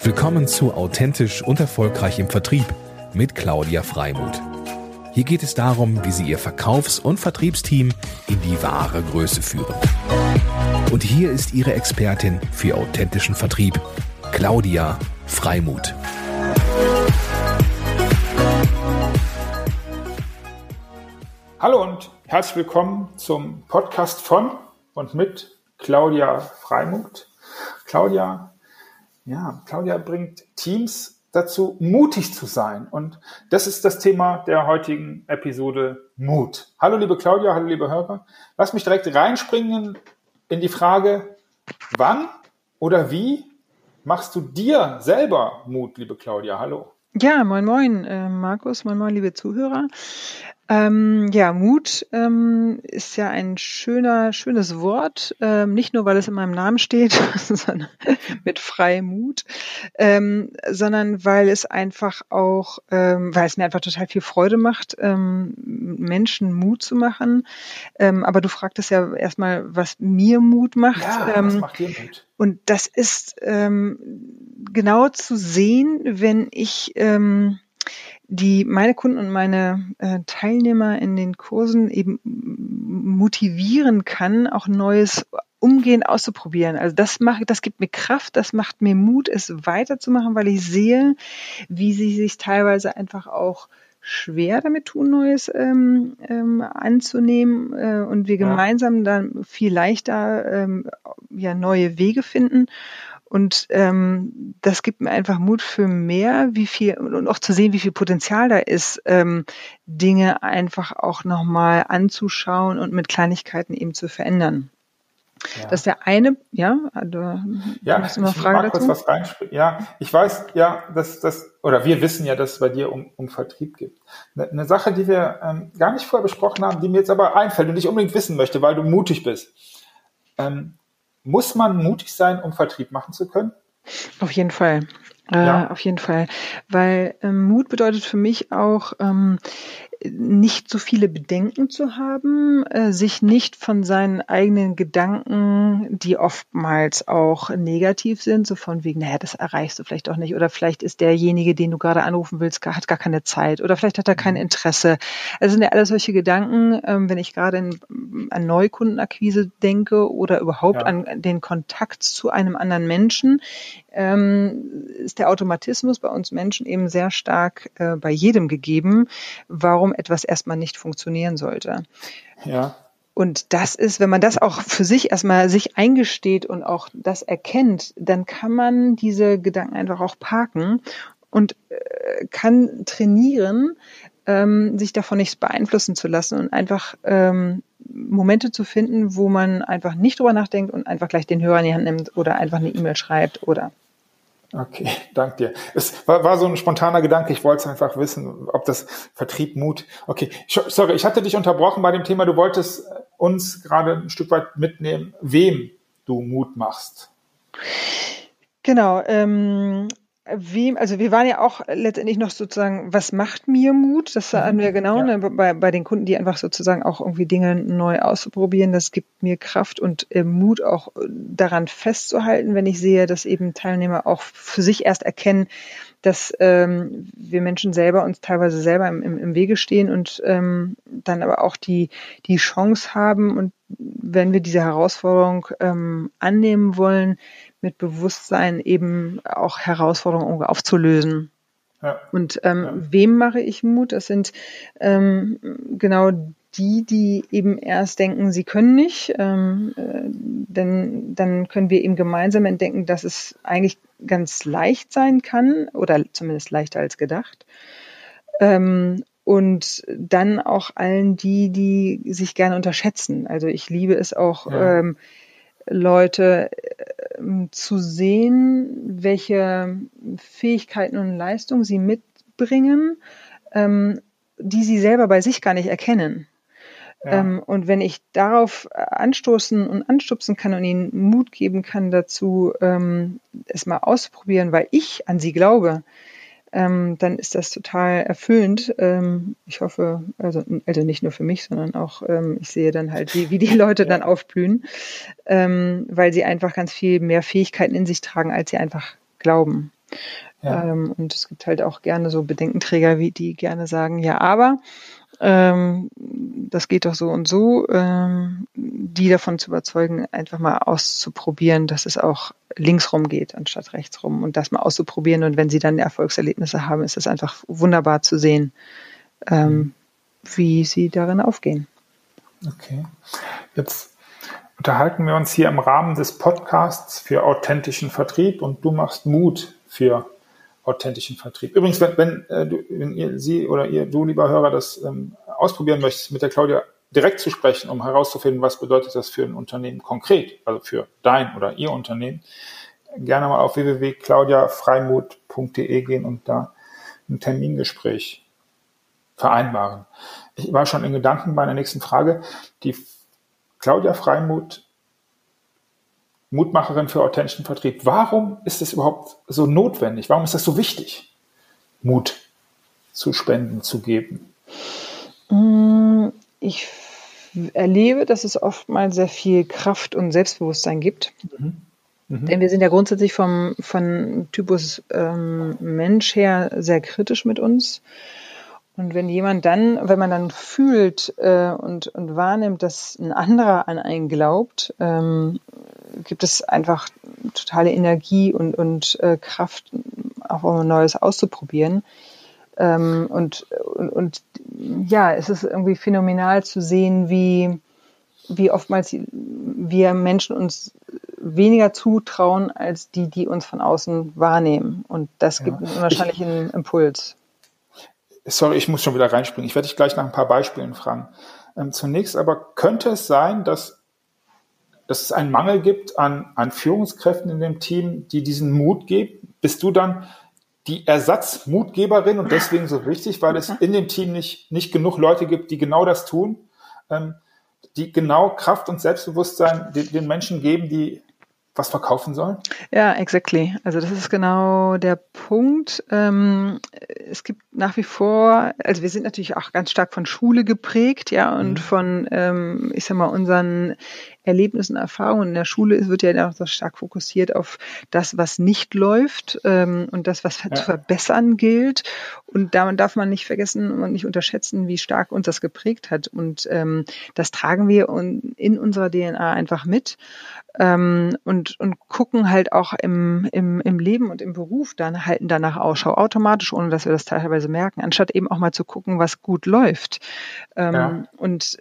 Willkommen zu Authentisch und Erfolgreich im Vertrieb mit Claudia Freimuth. Hier geht es darum, wie Sie Ihr Verkaufs- und Vertriebsteam in die wahre Größe führen. Und hier ist Ihre Expertin für authentischen Vertrieb, Claudia Freimuth. Hallo und herzlich willkommen zum Podcast von und mit Claudia Freimuth. Claudia bringt Teams dazu, mutig zu sein. Und das ist das Thema der heutigen Episode Mut. Hallo liebe Claudia, hallo liebe Hörer. Lass mich direkt reinspringen in die Frage, wann oder wie machst du dir selber Mut, liebe Claudia? Hallo. Ja, moin Markus, moin liebe Zuhörer. Mut ist ja ein schönes Wort, nicht nur, weil es in meinem Namen steht, sondern mit Freimut, sondern weil es einfach auch, weil es mir einfach total viel Freude macht, Menschen Mut zu machen. Aber du fragtest ja erstmal, was mir Mut macht. Ja, was macht dir Mut? Und das ist genau zu sehen, wenn ich meine Kunden und meine Teilnehmer in den Kursen eben motivieren kann, auch Neues umgehend auszuprobieren. Also das gibt mir Kraft, das macht mir Mut, es weiterzumachen, weil ich sehe, wie sie sich teilweise einfach auch schwer damit tun, Neues anzunehmen und wir gemeinsam dann viel leichter neue Wege finden. Und das gibt mir einfach Mut für mehr, und auch zu sehen, wie viel Potenzial da ist, Dinge einfach auch nochmal anzuschauen und mit Kleinigkeiten eben zu verändern. Ja. Das ist der eine, hast du noch Fragen dazu? Kurz was reinspringen. Ja, ich weiß ja, wir wissen ja, dass es bei dir um Vertrieb geht. Eine Sache, die wir gar nicht vorher besprochen haben, die mir jetzt aber einfällt und ich unbedingt wissen möchte, weil du mutig bist. Muss man mutig sein, um Vertrieb machen zu können? Auf jeden Fall. Auf jeden Fall. Weil Mut bedeutet für mich auch, nicht so viele Bedenken zu haben, sich nicht von seinen eigenen Gedanken, die oftmals auch negativ sind, so von wegen, das erreichst du vielleicht auch nicht, oder vielleicht ist derjenige, den du gerade anrufen willst, hat gar keine Zeit, oder vielleicht hat er kein Interesse. Also sind ja alles solche Gedanken, wenn ich gerade an Neukundenakquise denke oder überhaupt an den Kontakt zu einem anderen Menschen, ist der Automatismus bei uns Menschen eben sehr stark bei jedem gegeben, warum etwas erstmal nicht funktionieren sollte. Ja. Und das ist, wenn man das auch für sich erstmal sich eingesteht und auch das erkennt, dann kann man diese Gedanken einfach auch parken und kann trainieren, sich davon nicht beeinflussen zu lassen und einfach Momente zu finden, wo man einfach nicht drüber nachdenkt und einfach gleich den Hörer in die Hand nimmt oder einfach eine E-Mail schreibt oder. Okay, danke dir. Es war so ein spontaner Gedanke, ich wollte einfach wissen, ob das Vertrieb Mut. Okay, sorry, ich hatte dich unterbrochen bei dem Thema, du wolltest uns gerade ein Stück weit mitnehmen, wem du Mut machst. Genau, wir waren ja auch letztendlich noch sozusagen, was macht mir Mut? Das hatten wir bei den Kunden, die einfach sozusagen auch irgendwie Dinge neu auszuprobieren. Das gibt mir Kraft und Mut auch daran festzuhalten, wenn ich sehe, dass eben Teilnehmer auch für sich erst erkennen, dass wir Menschen selber uns teilweise selber im Wege stehen und dann aber auch die Chance haben und wenn wir diese Herausforderung annehmen wollen, mit Bewusstsein eben auch Herausforderungen aufzulösen. Ja. Und wem mache ich Mut? Das sind genau die eben erst denken, sie können nicht. Denn dann können wir eben gemeinsam entdecken, dass es eigentlich ganz leicht sein kann oder zumindest leichter als gedacht. Und dann auch allen die sich gerne unterschätzen. Also ich liebe es auch, Leute zu sehen, welche Fähigkeiten und Leistungen sie mitbringen, die sie selber bei sich gar nicht erkennen. Ja. Und wenn ich darauf anstoßen und anstupsen kann und ihnen Mut geben kann dazu, es mal auszuprobieren, weil ich an sie glaube, dann ist das total erfüllend. Ich hoffe, also nicht nur für mich, sondern auch, ich sehe dann halt, wie die Leute dann aufblühen, weil sie einfach ganz viel mehr Fähigkeiten in sich tragen, als sie einfach glauben. Ja. Und es gibt halt auch gerne so Bedenkenträger, wie die gerne sagen, ja, aber das geht doch so und so, die davon zu überzeugen, einfach mal auszuprobieren, dass es auch linksrum geht, anstatt rechtsrum und das mal auszuprobieren. Und wenn sie dann Erfolgserlebnisse haben, ist es einfach wunderbar zu sehen, wie sie darin aufgehen. Okay. Jetzt unterhalten wir uns hier im Rahmen des Podcasts für authentischen Vertrieb und du machst Mut für authentischen Vertrieb. Übrigens, wenn du, lieber Hörer, das ausprobieren möchtest, mit der Claudia direkt zu sprechen, um herauszufinden, was bedeutet das für ein Unternehmen konkret, also für dein oder ihr Unternehmen, gerne mal auf www.claudiafreimuth.de gehen und da ein Termingespräch vereinbaren. Ich war schon in Gedanken bei einer nächsten Frage. Die Claudia Freimuth, Mutmacherin für authentischen Vertrieb. Warum ist es überhaupt so notwendig? Warum ist das so wichtig, Mut zu spenden, zu geben? Ich erlebe, dass es oftmals sehr viel Kraft und Selbstbewusstsein gibt. Denn wir sind ja grundsätzlich von Typus Mensch her sehr kritisch mit uns. Und wenn man dann fühlt und wahrnimmt, dass ein anderer an einen glaubt, gibt es einfach totale Energie und Kraft, auch um Neues auszuprobieren. Und ja, es ist irgendwie phänomenal zu sehen, wie oftmals wir Menschen uns weniger zutrauen als die uns von außen wahrnehmen. Und das gibt einen unwahrscheinlichen Impuls. Sorry, ich muss schon wieder reinspringen. Ich werde dich gleich nach ein paar Beispielen fragen. Zunächst aber könnte es sein, dass es einen Mangel gibt an Führungskräften in dem Team, die diesen Mut geben? Bist du dann die Ersatzmutgeberin und deswegen so wichtig, weil es in dem Team nicht genug Leute gibt, die genau das tun, die genau Kraft und Selbstbewusstsein den Menschen geben, die was verkaufen sollen? Ja, exactly. Also das ist genau der Punkt. Es gibt nach wie vor, also wir sind natürlich auch ganz stark von Schule geprägt, ja, und von, ich sag mal, unseren Erlebnissen, Erfahrungen in der Schule wird ja auch so stark fokussiert auf das, was nicht läuft und das, was zu verbessern gilt. Und damit darf man nicht vergessen und nicht unterschätzen, wie stark uns das geprägt hat. Und das tragen wir in unserer DNA einfach mit und gucken halt auch im Leben und im Beruf halten danach Ausschau automatisch, ohne dass wir das teilweise merken, anstatt eben auch mal zu gucken, was gut läuft. Und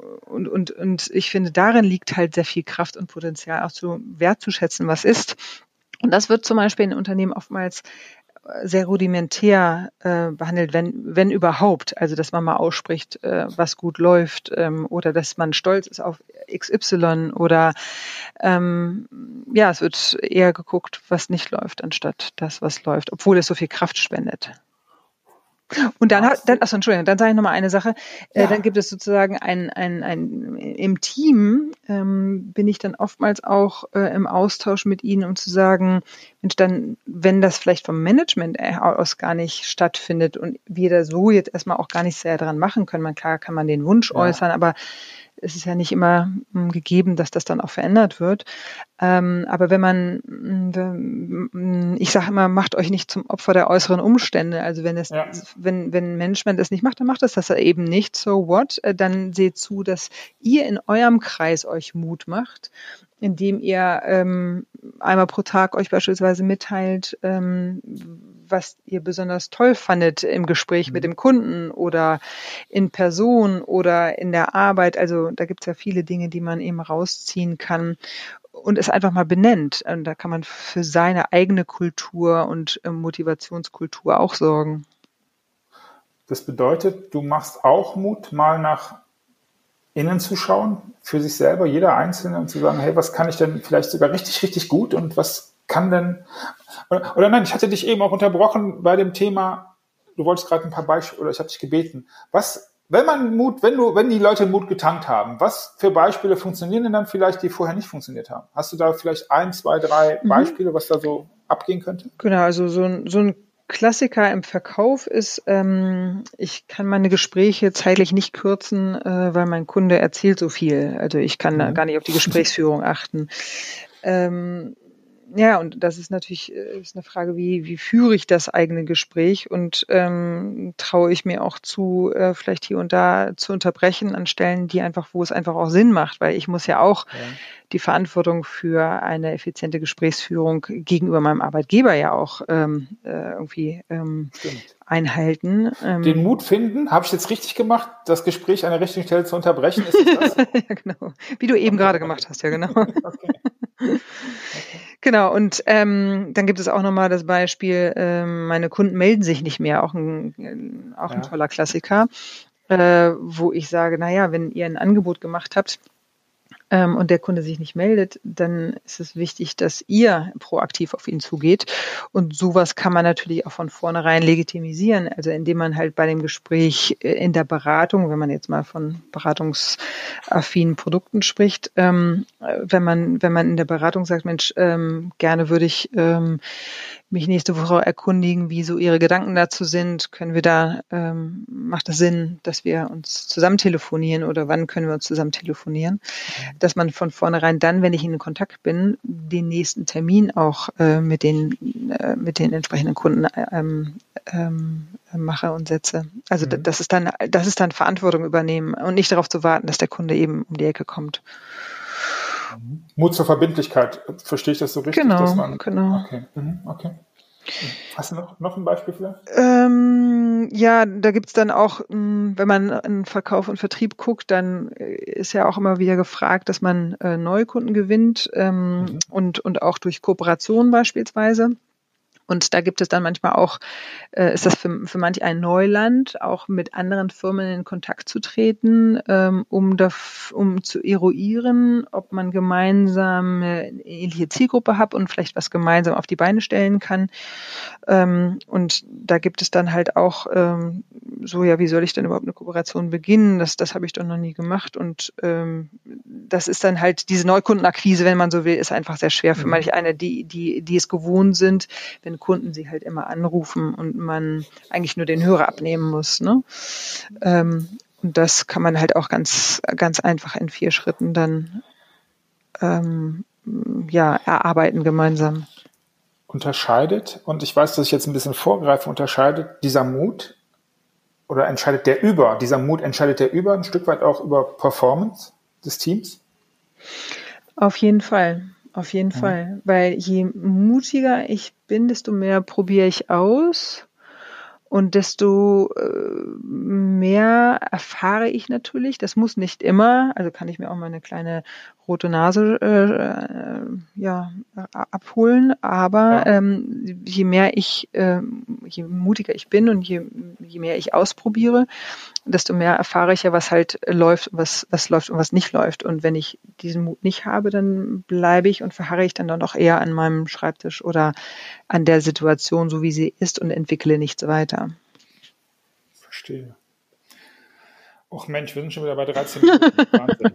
ich finde, darin liegt halt sehr viel Kraft und Potenzial auch wertzuschätzen, was ist. Und das wird zum Beispiel in Unternehmen oftmals sehr rudimentär behandelt, wenn überhaupt. Also, dass man mal ausspricht, was gut läuft oder dass man stolz ist auf XY oder es wird eher geguckt, was nicht läuft, anstatt das, was läuft, obwohl es so viel Kraft spendet. Und dann dann sage ich nochmal eine Sache. Dann gibt es sozusagen im Team bin ich dann oftmals auch im Austausch mit ihnen, um zu sagen, Mensch, dann, wenn das vielleicht vom Management aus gar nicht stattfindet und wir da so jetzt erstmal auch gar nicht sehr dran machen können, klar kann man den Wunsch äußern, aber es ist ja nicht immer gegeben, dass das dann auch verändert wird. Aber ich sage immer, macht euch nicht zum Opfer der äußeren Umstände. Also wenn Management es nicht macht, dann macht es das eben nicht. So what? Dann seht zu, dass ihr in eurem Kreis euch Mut macht, indem ihr einmal pro Tag euch beispielsweise mitteilt, was ihr besonders toll fandet im Gespräch mit dem Kunden oder in Person oder in der Arbeit. Also da gibt es ja viele Dinge, die man eben rausziehen kann und es einfach mal benennt. Und da kann man für seine eigene Kultur und Motivationskultur auch sorgen. Das bedeutet, du machst auch Mut, mal nach innen zu schauen, für sich selber, jeder Einzelne, und zu sagen, hey, was kann ich denn vielleicht sogar richtig, richtig gut und was kann denn, oder nein, ich hatte dich eben auch unterbrochen bei dem Thema, du wolltest gerade ein paar Beispiele, oder ich habe dich gebeten, wenn die Leute Mut getankt haben, was für Beispiele funktionieren denn dann vielleicht, die vorher nicht funktioniert haben? Hast du da vielleicht 1, 2, 3 Beispiele, was da so abgehen könnte? Genau, also so ein Klassiker im Verkauf ist, ich kann meine Gespräche zeitlich nicht kürzen, weil mein Kunde erzählt so viel. Also ich kann da gar nicht auf die Gesprächsführung achten. Ja, und das ist natürlich ist eine Frage, wie führe ich das eigene Gespräch und traue ich mir auch zu, vielleicht hier und da zu unterbrechen an Stellen, wo es einfach auch Sinn macht, weil ich muss ja auch die Verantwortung für eine effiziente Gesprächsführung gegenüber meinem Arbeitgeber ja auch irgendwie einhalten. Den Mut finden, habe ich jetzt richtig gemacht, das Gespräch an der richtigen Stelle zu unterbrechen, ist es das? Ja, genau. Wie du eben gerade gemacht hast, ja genau. Okay. Genau, und dann gibt es auch nochmal das Beispiel, meine Kunden melden sich nicht mehr, auch ein toller Klassiker, wo ich sage, naja, wenn ihr ein Angebot gemacht habt, und der Kunde sich nicht meldet, dann ist es wichtig, dass ihr proaktiv auf ihn zugeht. Und sowas kann man natürlich auch von vornherein legitimisieren, also indem man halt bei dem Gespräch in der Beratung, wenn man jetzt mal von beratungsaffinen Produkten spricht, wenn man in der Beratung sagt, Mensch, gerne würde ich mich nächste Woche erkundigen, wie so Ihre Gedanken dazu sind. Können wir da, macht es Sinn, dass wir uns zusammen telefonieren oder wann können wir uns zusammen telefonieren? Dass man von vornherein dann, wenn ich in Kontakt bin, den nächsten Termin auch mit den entsprechenden Kunden mache und setze. Also das ist dann Verantwortung übernehmen und nicht darauf zu warten, dass der Kunde eben um die Ecke kommt. Mut zur Verbindlichkeit, verstehe ich das so richtig? Genau, dass man, genau. Okay. Hast du noch ein Beispiel vielleicht? Ja, da gibt's dann auch, wenn man in Verkauf und Vertrieb guckt, dann ist ja auch immer wieder gefragt, dass man neue Kunden gewinnt und auch durch Kooperation beispielsweise. Und da gibt es dann manchmal auch, ist das für manch ein Neuland, auch mit anderen Firmen in Kontakt zu treten, um zu eruieren, ob man gemeinsam eine ähnliche Zielgruppe hat und vielleicht was gemeinsam auf die Beine stellen kann. Und da gibt es dann halt auch wie soll ich denn überhaupt eine Kooperation beginnen? Das habe ich doch noch nie gemacht. Und das ist dann halt diese Neukundenakquise, wenn man so will, ist einfach sehr schwer für manch eine, die es gewohnt sind, wenn Kunden sie halt immer anrufen und man eigentlich nur den Hörer abnehmen muss. Ne? Und das kann man halt auch ganz, ganz einfach in 4 Schritten dann erarbeiten gemeinsam. Unterscheidet, und ich weiß, dass ich jetzt ein bisschen vorgreife, unterscheidet dieser Mut oder dieser Mut entscheidet der über ein Stück weit auch über Performance des Teams? Auf jeden Fall. Weil je mutiger ich bin, desto mehr probiere ich aus und desto mehr erfahre ich natürlich. Das muss nicht immer, also kann ich mir auch mal eine kleine rote Nase abholen, aber je mutiger ich bin und je mehr ich ausprobiere, desto mehr erfahre ich ja, was halt läuft, was läuft und was nicht läuft. Und wenn ich diesen Mut nicht habe, dann bleibe ich und verharre ich dann doch eher an meinem Schreibtisch oder an der Situation, so wie sie ist, und entwickle nichts weiter. Verstehe. Och Mensch, wir sind schon wieder bei 13 Minuten. Wahnsinn.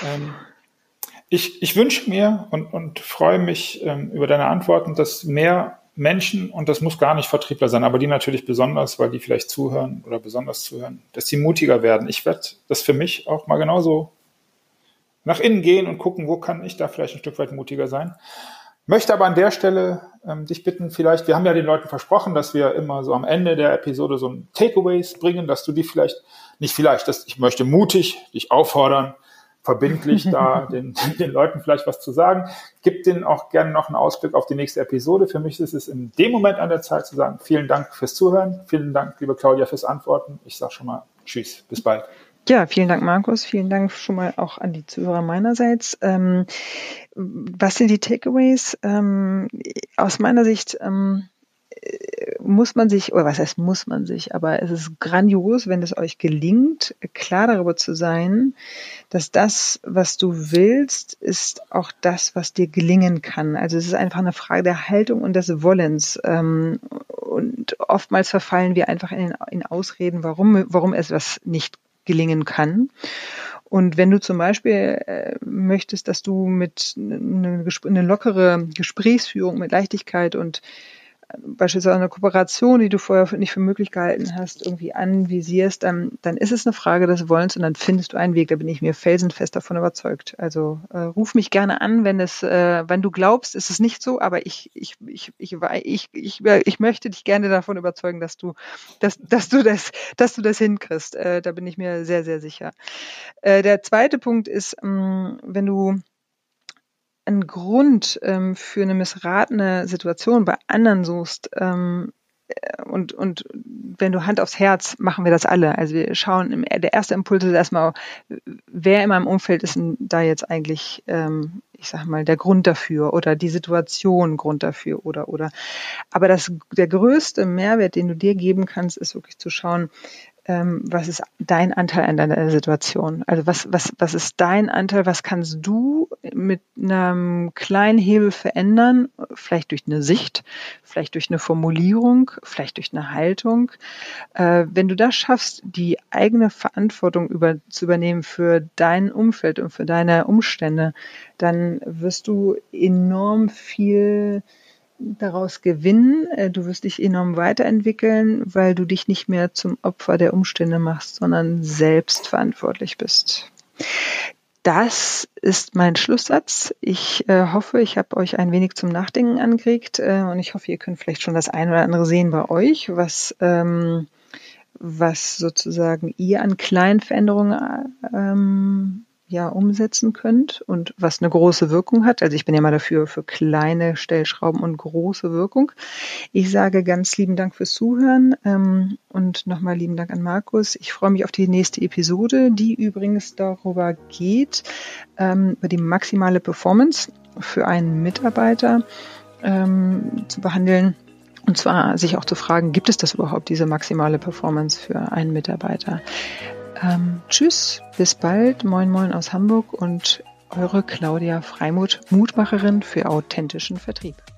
Ich wünsche mir und freue mich über deine Antworten, dass mehr Menschen, und das muss gar nicht Vertriebler sein, aber die natürlich besonders, weil die vielleicht zuhören oder besonders zuhören, dass die mutiger werden. Ich werde das für mich auch mal genauso nach innen gehen und gucken, wo kann ich da vielleicht ein Stück weit mutiger sein. Möchte aber an der Stelle dich bitten, wir haben ja den Leuten versprochen, dass wir immer so am Ende der Episode so ein Takeaways bringen, dass du die ich möchte mutig dich auffordern, verbindlich da den Leuten vielleicht was zu sagen. Gib denen auch gerne noch einen Ausblick auf die nächste Episode. Für mich ist es in dem Moment an der Zeit zu sagen, vielen Dank fürs Zuhören, vielen Dank, liebe Claudia, fürs Antworten. Ich sage schon mal Tschüss, bis bald. Ja, vielen Dank, Markus. Vielen Dank schon mal auch an die Zuhörer meinerseits. Was sind die Takeaways? Aus meiner Sicht muss man sich, oder was heißt muss man sich, aber es ist grandios, wenn es euch gelingt, klar darüber zu sein, dass das, was du willst, ist auch das, was dir gelingen kann. Also es ist einfach eine Frage der Haltung und des Wollens. Und oftmals verfallen wir einfach in Ausreden, warum etwas nicht gelingen kann. Und wenn du zum Beispiel möchtest, dass du mit eine lockere Gesprächsführung mit Leichtigkeit und beispielsweise eine Kooperation, die du vorher nicht für möglich gehalten hast, irgendwie anvisierst, dann ist es eine Frage des Wollens und dann findest du einen Weg. Da bin ich mir felsenfest davon überzeugt. Also ruf mich gerne an, wenn du glaubst, ist es nicht so, aber ich möchte dich gerne davon überzeugen, dass du das hinkriegst. Da bin ich mir sehr, sehr sicher. Der zweite Punkt ist, wenn du einen Grund für eine missratene Situation bei anderen suchst, und wenn du Hand aufs Herz, machen wir das alle. Also wir schauen, der erste Impuls ist erstmal, wer in meinem Umfeld ist denn da jetzt eigentlich, ich sag mal, der Grund dafür oder die Situation Grund dafür oder. Aber der größte Mehrwert, den du dir geben kannst, ist wirklich zu schauen, was ist dein Anteil an deiner Situation? Also was ist dein Anteil? Was kannst du mit einem kleinen Hebel verändern? Vielleicht durch eine Sicht, vielleicht durch eine Formulierung, vielleicht durch eine Haltung. Wenn du das schaffst, die eigene Verantwortung zu übernehmen für dein Umfeld und für deine Umstände, dann wirst du enorm viel daraus gewinnen. Du wirst dich enorm weiterentwickeln, weil du dich nicht mehr zum Opfer der Umstände machst, sondern selbst verantwortlich bist. Das ist mein Schlusssatz. Ich hoffe, ich habe euch ein wenig zum Nachdenken angeregt und ich hoffe, ihr könnt vielleicht schon das ein oder andere sehen bei euch, was sozusagen ihr an kleinen Veränderungen umsetzen könnt und was eine große Wirkung hat. Also ich bin ja mal dafür, für kleine Stellschrauben und große Wirkung. Ich sage ganz lieben Dank fürs Zuhören und nochmal lieben Dank an Markus. Ich freue mich auf die nächste Episode, die übrigens darüber geht, über die maximale Performance für einen Mitarbeiter zu behandeln. Und zwar sich auch zu fragen, gibt es das überhaupt, diese maximale Performance für einen Mitarbeiter? Tschüss, bis bald, moin moin aus Hamburg und eure Claudia Freimuth, Mutmacherin für authentischen Vertrieb.